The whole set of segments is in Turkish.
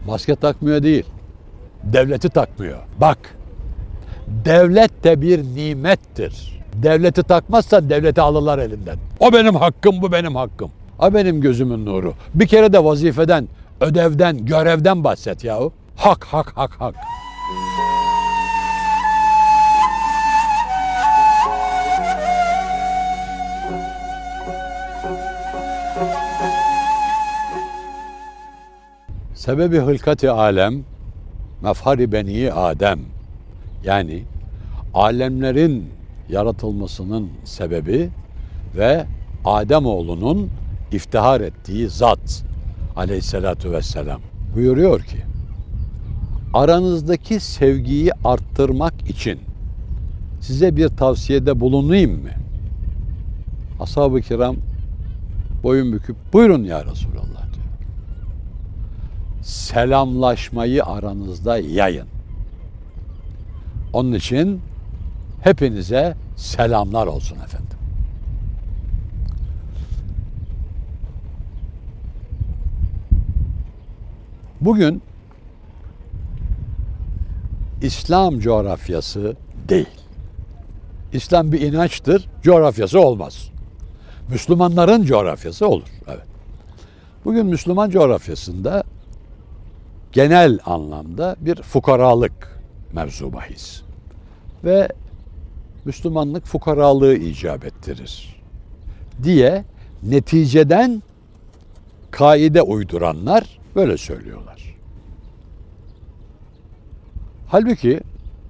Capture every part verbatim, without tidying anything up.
Maske takmıyor değil. Devleti takmıyor. Bak, devlet de bir nimettir. Devleti takmazsa devleti alırlar elinden. O benim hakkım, bu benim hakkım. O benim gözümün nuru. Bir kere de vazifeden, ödevden, görevden bahset yahu. Hak, hak, hak, hak. Sebebi hılkati alem, mefhari beni Adem. Yani alemlerin yaratılmasının sebebi ve Ademoğlunun iftihar ettiği zat aleyhissalatu vesselam buyuruyor ki, aranızdaki sevgiyi arttırmak için size bir tavsiyede bulunayım mı? Ashab-ı kiram boyun büküp buyurun ya Resulallah diyor. Selamlaşmayı aranızda yayın. Onun için hepinize selamlar olsun efendim. Bugün İslam coğrafyası değil. İslam bir inançtır, coğrafyası olmaz. Müslümanların coğrafyası olur. Evet. Bugün Müslüman coğrafyasında genel anlamda bir fukaralık mevzu bahis. Ve Müslümanlık fukaralığı icap ettirir diye neticeden kaide uyduranlar böyle söylüyorlar. Halbuki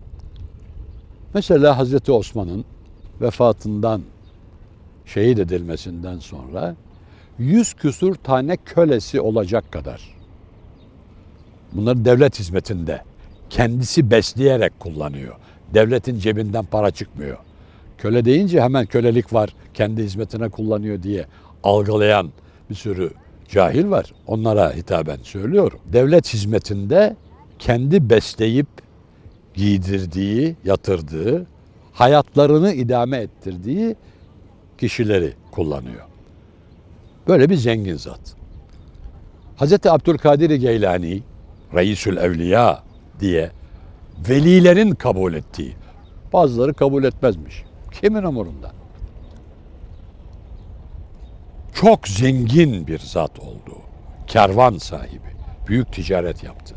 mesela Hazreti Osman'ın vefatından, şehit edilmesinden sonra yüz küsur tane kölesi olacak kadar, bunları devlet hizmetinde kendisi besleyerek kullanıyor. Devletin cebinden para çıkmıyor. Köle deyince hemen kölelik var, kendi hizmetine kullanıyor diye algılayan bir sürü cahil var. Onlara hitaben söylüyorum. Devlet hizmetinde kendi besleyip giydirdiği, yatırdığı, hayatlarını idame ettirdiği kişileri kullanıyor. Böyle bir zengin zat. Hazreti Abdülkadir Geylani, Reisül Evliya diye velilerin kabul ettiği, bazıları kabul etmezmiş. Kimin umurunda? Çok zengin bir zat oldu. Kervan sahibi. Büyük ticaret yaptı.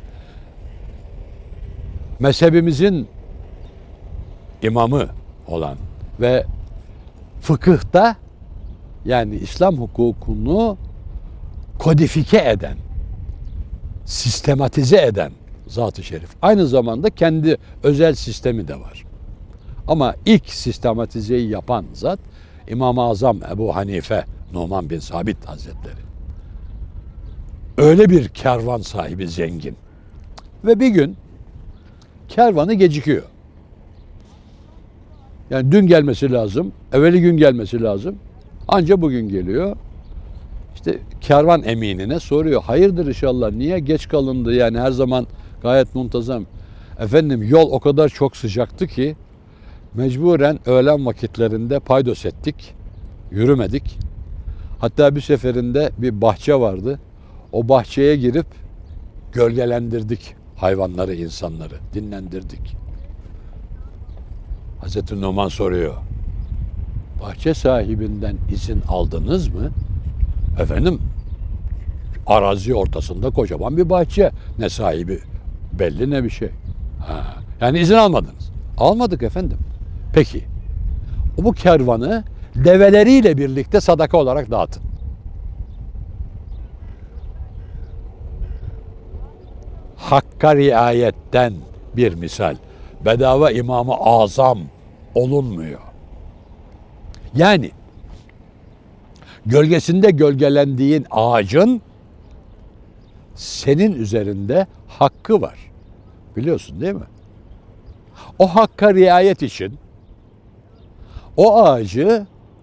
Mezhebimizin imamı olan ve fıkıhta, yani İslam hukukunu kodifike eden, sistematize eden Zat-ı Şerif. Aynı zamanda kendi özel sistemi de var. Ama ilk sistematizeyi yapan zat İmam-ı Azam Ebu Hanife Numan bin Sabit Hazretleri. Öyle bir kervan sahibi, zengin. Ve bir gün kervanı gecikiyor. Yani dün gelmesi lazım, evveli gün gelmesi lazım. Anca bugün geliyor. İşte kervan eminine soruyor. Hayırdır inşallah, niye geç kalındı? Yani her zaman gayet muntazam. Efendim yol o kadar çok sıcaktı ki mecburen öğlen vakitlerinde paydos ettik. Yürümedik. Hatta bir seferinde bir bahçe vardı. O bahçeye girip gölgelendirdik hayvanları, insanları. Dinlendirdik. Hazreti Numan soruyor. Bahçe sahibinden izin aldınız mı? Efendim, arazi ortasında kocaman bir bahçe. Ne sahibi belli ne bir şey. Ha, yani izin almadınız. Almadık efendim. Peki, bu kervanı develeriyle birlikte sadaka olarak dağıtın. Hakka riayetten bir misal. Bedava İmam-ı Azam olunmuyor. Yani gölgesinde gölgelendiğin ağacın senin üzerinde hakkı var. Biliyorsun değil mi? O hakka riayet için o ağacı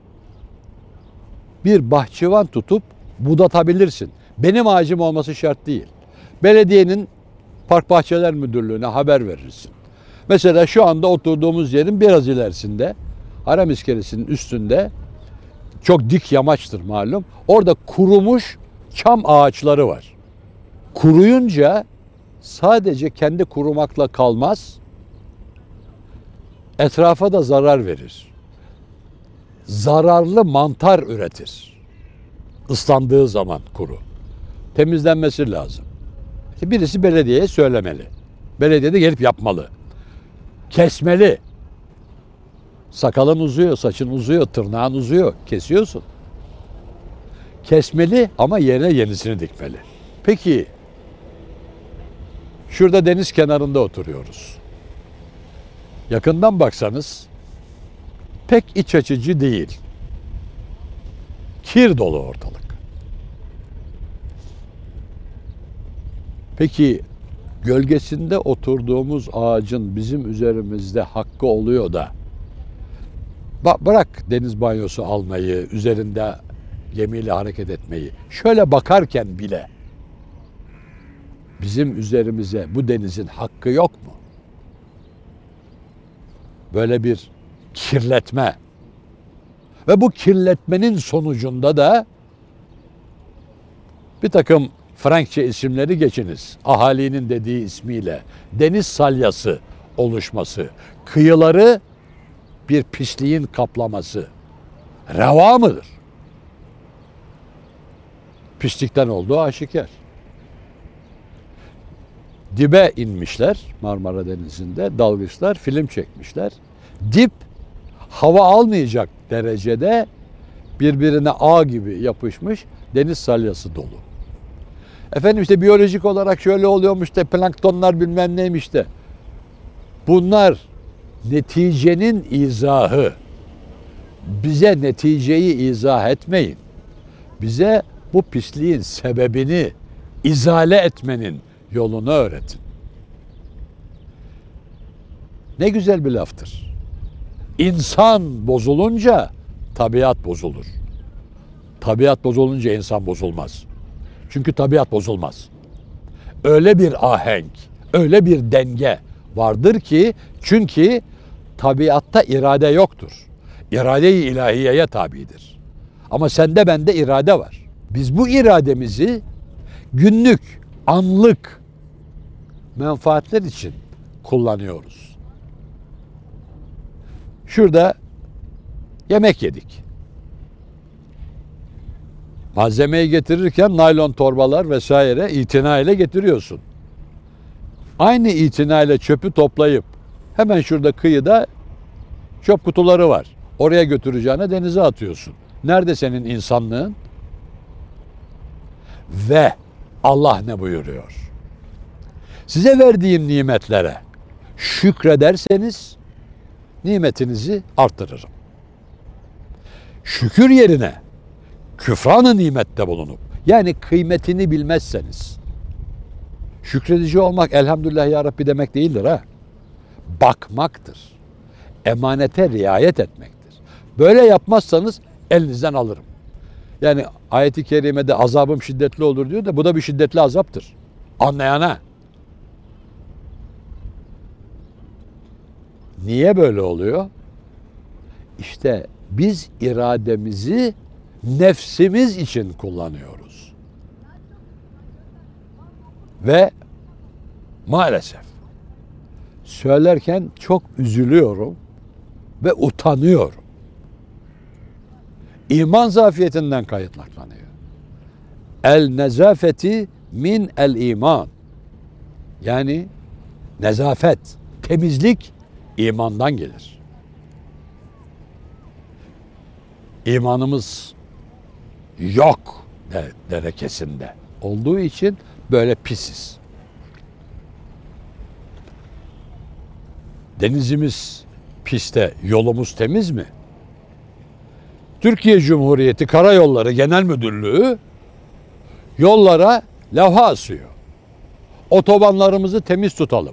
bir bahçıvan tutup budatabilirsin. Benim ağacım olması şart değil. Belediyenin Park Bahçeler Müdürlüğü'ne haber verirsin. Mesela şu anda oturduğumuz yerin biraz ilerisinde, Harem İskelesi'nin üstünde, çok dik yamaçtır malum. Orada kurumuş çam ağaçları var. Kuruyunca sadece kendi kurumakla kalmaz, etrafa da zarar verir. Zararlı mantar üretir. Islandığı zaman kuru. Temizlenmesi lazım. Birisi belediyeye söylemeli. Belediye de gelip yapmalı. Kesmeli. Sakalın uzuyor, saçın uzuyor, tırnağın uzuyor. Kesiyorsun. Kesmeli ama yerine yenisini dikmeli. Peki, şurada deniz kenarında oturuyoruz. Yakından baksanız pek iç açıcı değil. Kir dolu ortalık. Peki gölgesinde oturduğumuz ağacın bizim üzerimizde hakkı oluyor da bırak deniz banyosu almayı, üzerinde gemiyle hareket etmeyi. Şöyle bakarken bile bizim üzerimize bu denizin hakkı yok mu? Böyle bir kirletme ve bu kirletmenin sonucunda da bir takım Frankçe isimleri geçiniz. Ahalinin dediği ismiyle deniz salyası oluşması, kıyıları bir pisliğin kaplaması reva mıdır? Pislikten olduğu aşikar. Dibe inmişler Marmara Denizi'nde, dalgıçlar film çekmişler. Dip hava almayacak derecede birbirine ağ gibi yapışmış deniz salyası dolu. Efendim işte biyolojik olarak şöyle oluyormuş da planktonlar bilmem neymiş de. Bunlar neticenin izahı. Bize neticeyi izah etmeyin. Bize bu pisliğin sebebini izale etmenin yolunu öğretin. Ne güzel bir laftır. İnsan bozulunca tabiat bozulur. Tabiat bozulunca insan bozulmaz. Çünkü tabiat bozulmaz. Öyle bir ahenk, öyle bir denge vardır ki çünkü tabiatta irade yoktur. İrade-i ilahiyeye tabidir. Ama sende bende irade var. Biz bu irademizi günlük, anlık menfaatler için kullanıyoruz. Şurada yemek yedik. Malzemeyi getirirken naylon torbalar vesaire itinayla getiriyorsun. Aynı itinayla çöpü toplayıp hemen şurada kıyıda çöp kutuları var. Oraya götüreceğine denize atıyorsun. Nerede senin insanlığın? Ve Allah ne buyuruyor? Size verdiğim nimetlere şükrederseniz nimetinizi artırırım. Şükür yerine küfran-ı nimette bulunup yani kıymetini bilmezseniz şükredici olmak elhamdülillah ya Rabbi demek değildir ha. Bakmaktır. Emanete riayet etmektir. Böyle yapmazsanız elinizden alırım. Yani ayet-i kerimede azabım şiddetli olur diyor da bu da bir şiddetli azaptır. Anlayana. Niye böyle oluyor? İşte biz irademizi nefsimiz için kullanıyoruz. Ve maalesef söylerken çok üzülüyorum ve utanıyorum. İman zafiyetinden kaynaklanıyor. El nezafeti min el iman. Yani nezafet, temizlik imandan gelir. İmanımız yok derekesinde olduğu için böyle pisiz. Denizimiz piste, yolumuz temiz mi? Türkiye Cumhuriyeti Karayolları Genel Müdürlüğü yollara levha asıyor. Otobanlarımızı temiz tutalım.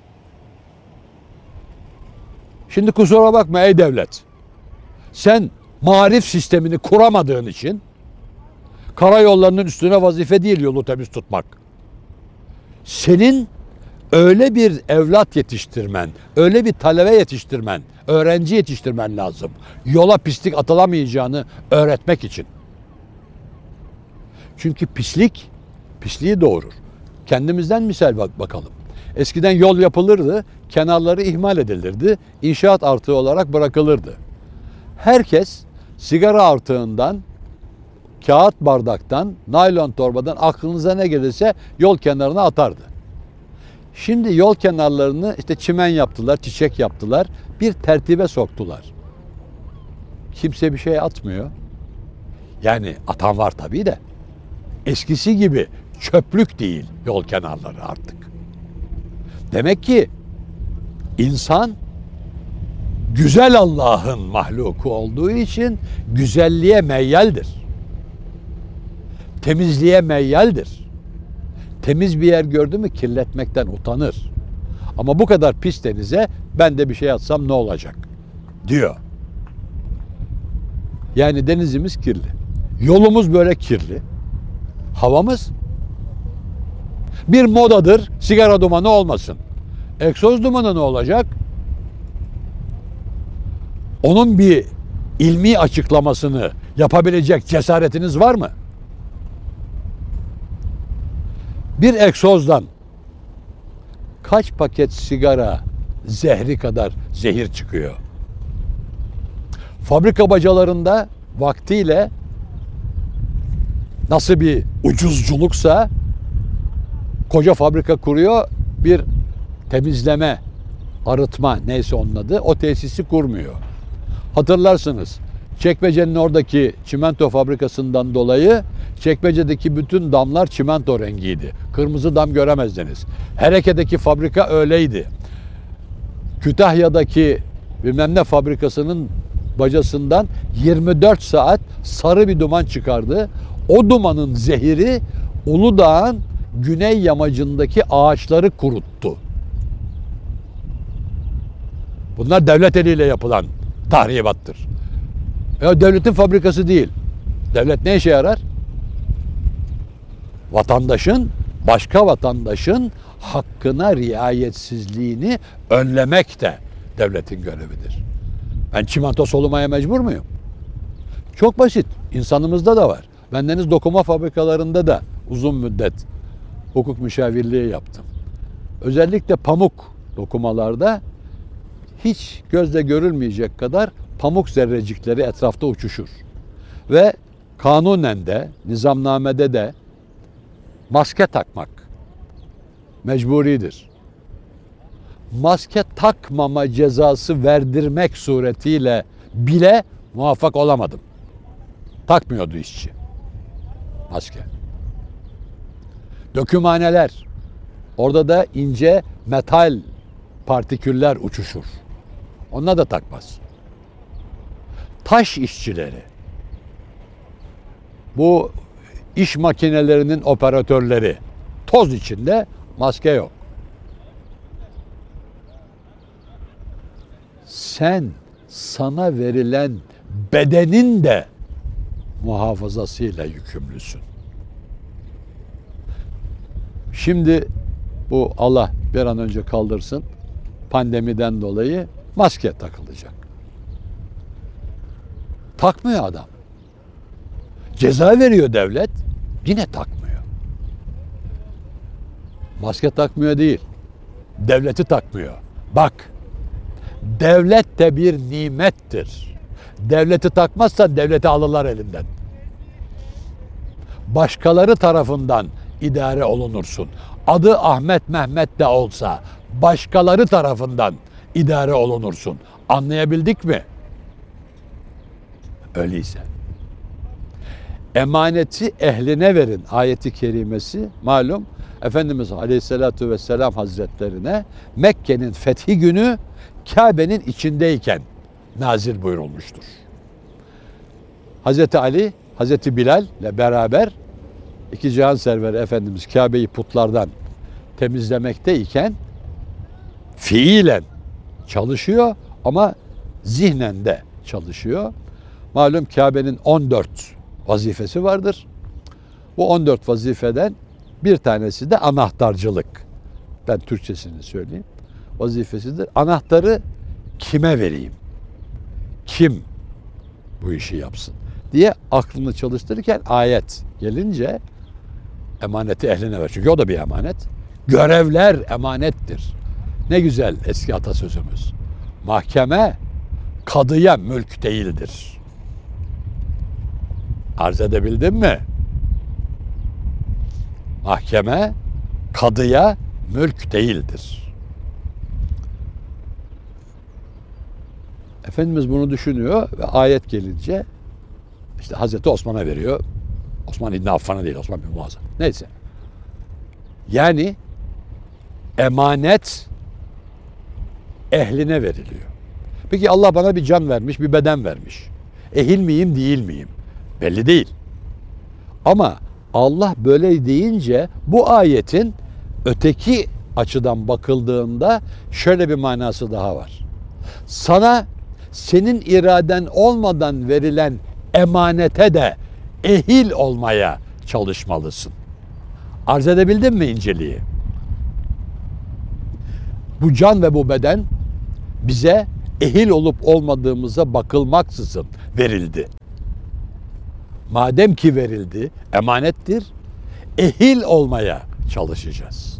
Şimdi kusura bakma ey devlet. Sen marif sistemini kuramadığın için karayollarının üstüne vazife değil yolu temiz tutmak. Senin öyle bir evlat yetiştirmen, öyle bir talebe yetiştirmen, öğrenci yetiştirmen lazım. Yola pislik atılamayacağını öğretmek için. Çünkü pislik, pisliği doğurur. Kendimizden misal bak bakalım. Eskiden yol yapılırdı, kenarları ihmal edilirdi, inşaat artığı olarak bırakılırdı. Herkes sigara artığından, kağıt bardaktan, naylon torbadan aklınıza ne gelirse yol kenarına atardı. Şimdi yol kenarlarını işte çimen yaptılar, çiçek yaptılar, bir tertibe soktular. Kimse bir şey atmıyor. Yani atan var tabii de. Eskisi gibi çöplük değil yol kenarları artık. Demek ki insan güzel Allah'ın mahluku olduğu için güzelliğe meyyaldir. Temizliğe meyyaldir. Temiz bir yer gördü mü kirletmekten utanır. Ama bu kadar pis denize ben de bir şey atsam ne olacak diyor. Yani denizimiz kirli. Yolumuz böyle kirli. Havamız bir modadır, sigara dumanı olmasın. Egzoz dumanı ne olacak? Onun bir ilmi açıklamasını yapabilecek cesaretiniz var mı? Bir egzozdan kaç paket sigara zehri kadar zehir çıkıyor? Fabrika bacalarında vaktiyle nasıl bir ucuzculuksa koca fabrika kuruyor, bir temizleme, arıtma neyse onun adı, o tesisi kurmuyor. Hatırlarsınız, Çekmece'nin oradaki çimento fabrikasından dolayı Çekmece'deki bütün damlar çimento rengiydi. Kırmızı dam göremezdiniz. Hereke'deki fabrika öyleydi. Kütahya'daki bilmem ne fabrikasının bacasından yirmi dört saat sarı bir duman çıkardı. O dumanın zehiri Uludağ'ın güney yamacındaki ağaçları kuruttu. Bunlar devlet eliyle yapılan tahribattır. Ya devletin fabrikası değil. Devlet ne işe yarar? Vatandaşın, başka vatandaşın hakkına riayetsizliğini önlemek de devletin görevidir. Ben çimento solumaya mecbur muyum? Çok basit. İnsanımızda da var. Bendeniz dokuma fabrikalarında da uzun müddet hukuk müşavirliği yaptım. Özellikle pamuk dokumalarda hiç gözle görülmeyecek kadar pamuk zerrecikleri etrafta uçuşur. Ve kanunen de, nizamnamede de maske takmak mecburidir. Maske takmama cezası verdirmek suretiyle bile muvaffak olamadım. Takmıyordu işçi maske. Dökümhaneler, orada da ince metal partiküller uçuşur. Onlar da takmaz. Taş işçileri, bu iş makinelerinin operatörleri, toz içinde, maske yok. Sen sana verilen bedenin de muhafazasıyla yükümlüsün. Şimdi bu Allah bir an önce kaldırsın, pandemiden dolayı maske takılacak. Takmıyor adam. Ceza veriyor devlet, yine takmıyor. Maske takmıyor değil, devleti takmıyor. Bak, devlet de bir nimettir. Devleti takmazsa devleti alırlar elinden. Başkaları tarafından idare olunursun. Adı Ahmet Mehmet de olsa başkaları tarafından idare olunursun. Anlayabildik mi? Öyleyse. Emaneti ehline verin ayeti kerimesi malum Efendimiz Aleyhisselatü Vesselam Hazretlerine Mekke'nin fethi günü Kabe'nin içindeyken nazil buyurulmuştur. Hazreti Ali, Hazreti Bilal ile beraber iki cihan serveri Efendimiz Kabe'yi putlardan temizlemekteyken fiilen çalışıyor ama zihnen de çalışıyor. Malum Kabe'nin on dört vazifesi vardır. Bu on dört vazifeden bir tanesi de anahtarcılık. Ben Türkçesini söyleyeyim. Vazifesidir. Anahtarı kime vereyim? Kim bu işi yapsın diye aklını çalıştırırken ayet gelince emaneti ehline ver. Çünkü o da bir emanet. Görevler emanettir. Ne güzel eski atasözümüz. Mahkeme kadıya mülk değildir. Arz edebildim mi? Mahkeme kadıya mülk değildir. Efendimiz bunu düşünüyor ve ayet gelince işte Hazreti Osman'a veriyor. Osman İbni Affan'a değil, Osman bin Muaz'a. Neyse. Yani emanet ehline veriliyor. Peki Allah bana bir can vermiş, bir beden vermiş. Ehil miyim, değil miyim? Belli değil. Ama Allah böyle deyince bu ayetin öteki açıdan bakıldığında şöyle bir manası daha var. Sana senin iraden olmadan verilen emanete de ehil olmaya çalışmalısın. Arz edebildim mi inceliği? Bu can ve bu beden bize ehil olup olmadığımıza bakılmaksızın verildi. Madem ki verildi, emanettir, ehil olmaya çalışacağız.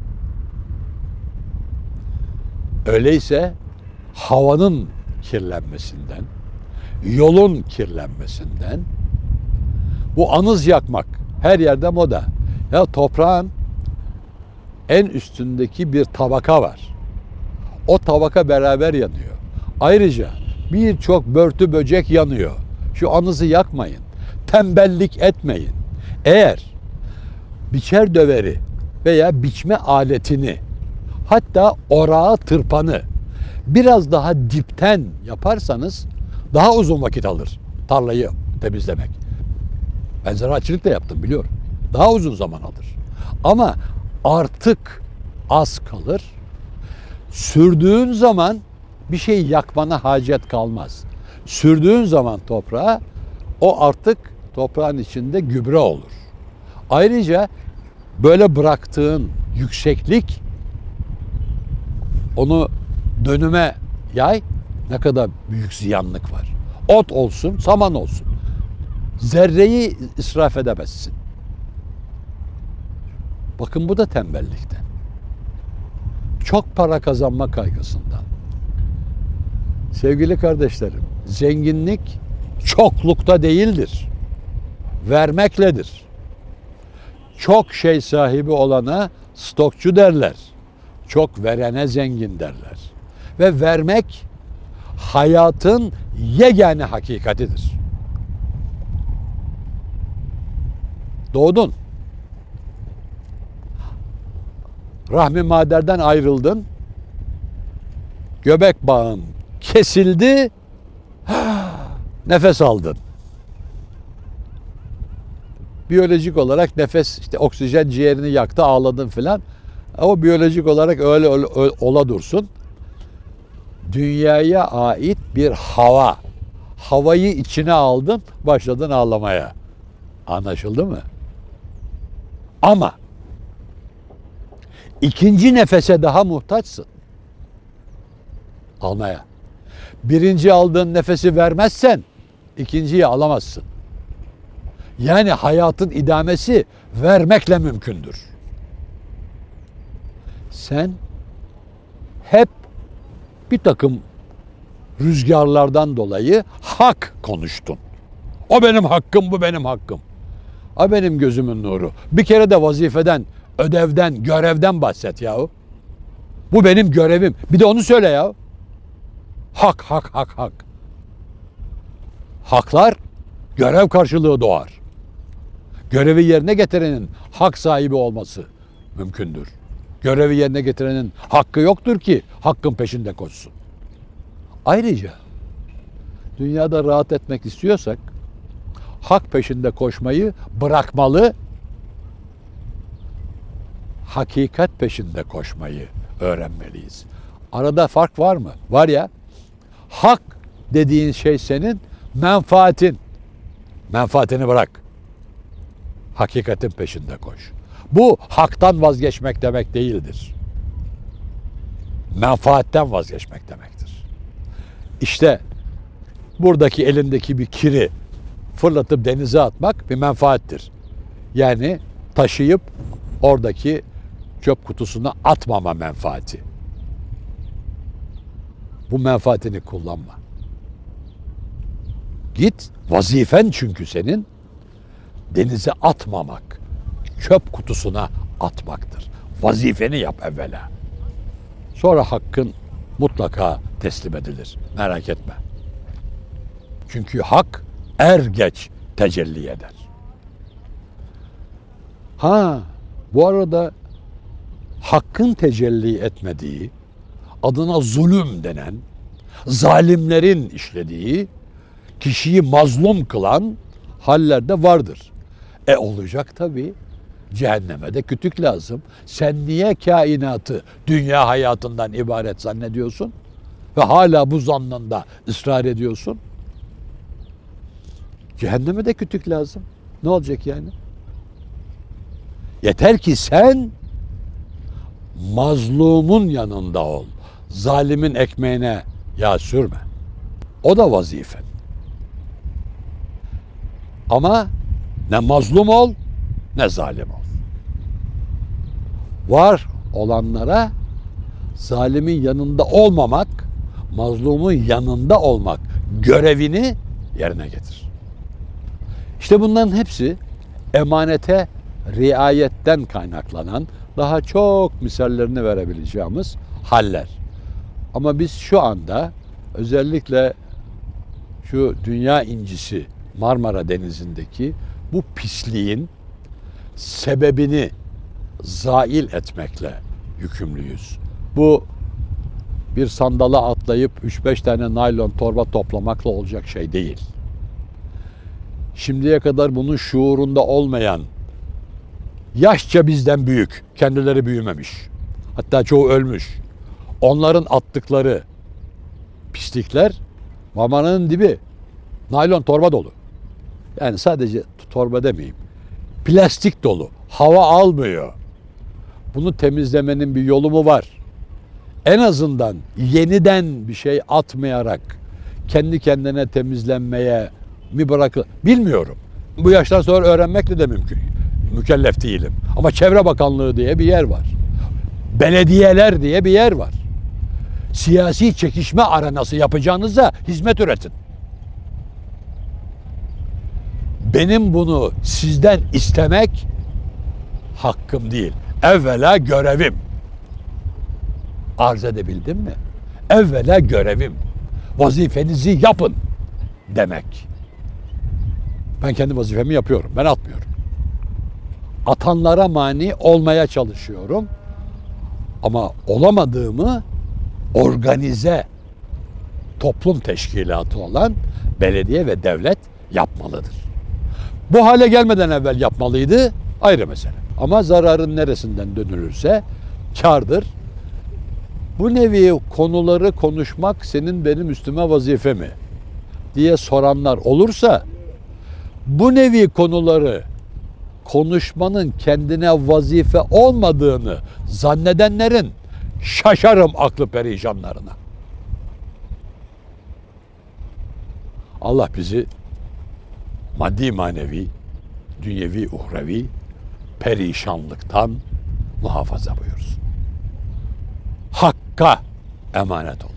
Öyleyse havanın kirlenmesinden, yolun kirlenmesinden, bu anız yakmak her yerde moda. Ya toprağın en üstündeki bir tabaka var. O tabaka beraber yanıyor. Ayrıca birçok börtü böcek yanıyor. Şu anızı yakmayın. Tembellik etmeyin. Eğer biçer döveri veya biçme aletini, hatta orağı, tırpanı biraz daha dipten yaparsanız daha uzun vakit alır tarlayı temizlemek. Ben ziraatçılık da yaptım, biliyorum. Daha uzun zaman alır. Ama artık az kalır. Sürdüğün zaman bir şey yakmana hacet kalmaz. Sürdüğün zaman toprağa, o artık toprağın içinde gübre olur. Ayrıca böyle bıraktığın yükseklik, onu dönüme yay, ne kadar büyük ziyanlık var. Ot olsun, saman olsun. Zerreyi israf edemezsin. Bakın bu da tembellikten. Çok para kazanma kaygısından. Sevgili kardeşlerim, zenginlik çoklukta değildir. Vermekledir. Çok şey sahibi olana stokçu derler. Çok verene zengin derler. Ve vermek hayatın yegane hakikatidir. Doğdun. Rahmi maderden ayrıldın. Göbek bağın kesildi. Nefes aldın. Biyolojik olarak nefes, işte oksijen ciğerini yaktı, ağladın filan. O biyolojik olarak öyle, öyle, öyle ola dursun. Dünyaya ait bir hava. Havayı içine aldın, başladın ağlamaya. Anlaşıldı mı? Ama ikinci nefese daha muhtaçsın. Almaya. Birinci aldığın nefesi vermezsen ikinciyi alamazsın. Yani hayatın idamesi vermekle mümkündür. Sen hep bir takım rüzgarlardan dolayı hak konuştun. O benim hakkım, bu benim hakkım. O benim gözümün nuru. Bir kere de vazifeden, ödevden, görevden bahset yahu. Bu benim görevim. Bir de onu söyle ya. Hak, hak, hak, hak. Haklar görev karşılığı doğar. Görevi yerine getirenin hak sahibi olması mümkündür. Görevi yerine getirenin hakkı yoktur ki hakkın peşinde koşsun. Ayrıca dünyada rahat etmek istiyorsak hak peşinde koşmayı bırakmalı, hakikat peşinde koşmayı öğrenmeliyiz. Arada fark var mı? Var ya. Hak dediğin şey senin menfaatin. Menfaatini bırak. Hakikatin peşinde koş. Bu haktan vazgeçmek demek değildir. Menfaatten vazgeçmek demektir. İşte buradaki elindeki bir kiri fırlatıp denize atmak bir menfaattir. Yani taşıyıp oradaki çöp kutusuna atmama menfaati. Bu menfaatini kullanma. Git, vazifen çünkü senin denize atmamak, çöp kutusuna atmaktır. Vazifeni yap evvela. Sonra hakkın mutlaka teslim edilir. Merak etme. Çünkü hak er geç tecelli eder. Ha, bu arada hakkın tecelli etmediği, adına zulüm denen, zalimlerin işlediği, kişiyi mazlum kılan haller de vardır. E olacak tabii. Cehenneme de kütük lazım. Sen niye kainatı dünya hayatından ibaret zannediyorsun? Ve hala bu zannında ısrar ediyorsun? Cehenneme de kütük lazım. Ne olacak yani? Yeter ki sen mazlumun yanında ol. Zalimin ekmeğine yağ sürme. O da vazifen. Ama ne mazlum ol ne zalim ol. Var olanlara zalimin yanında olmamak, mazlumun yanında olmak görevini yerine getir. İşte bunların hepsi emanete riayetten kaynaklanan daha çok misallerini verebileceğimiz haller. Ama biz şu anda özellikle şu dünya incisi Marmara Denizi'ndeki bu pisliğin sebebini zail etmekle yükümlüyüz. Bu bir sandala atlayıp üç beş tane naylon torba toplamakla olacak şey değil. Şimdiye kadar bunun şuurunda olmayan, yaşça bizden büyük, kendileri büyümemiş, hatta çoğu ölmüş, onların attıkları pislikler Marmara'nın dibi naylon torba dolu. Yani sadece torba demeyeyim, plastik dolu, hava almıyor. Bunu temizlemenin bir yolu mu var? En azından yeniden bir şey atmayarak kendi kendine temizlenmeye mi bırakılır? Bilmiyorum. Bu yaştan sonra öğrenmekle de mümkün. Mükellef değilim. Ama Çevre Bakanlığı diye bir yer var. Belediyeler diye bir yer var. Siyasi çekişme arenası yapacağınıza hizmet üretin. Benim bunu sizden istemek hakkım değil. Evvela görevim. Arz edebildim mi? Evvela görevim. Vazifenizi yapın demek. Ben kendi vazifemi yapıyorum. Ben atmıyorum. Atanlara mani olmaya çalışıyorum. Ama olamadığımı organize toplum teşkilatı olan belediye ve devlet yapmalıdır. Bu hale gelmeden evvel yapmalıydı, ayrı mesele. Ama zararın neresinden dönülürse kârdır. Bu nevi konuları konuşmak senin benim üstüme vazife mi diye soranlar olursa, bu nevi konuları konuşmanın kendine vazife olmadığını zannedenlerin şaşarım aklı perişanlarına. Allah bizi maddi manevi, dünyevi uhrevi perişanlıktan muhafaza buyursun. Hakka emanet ol.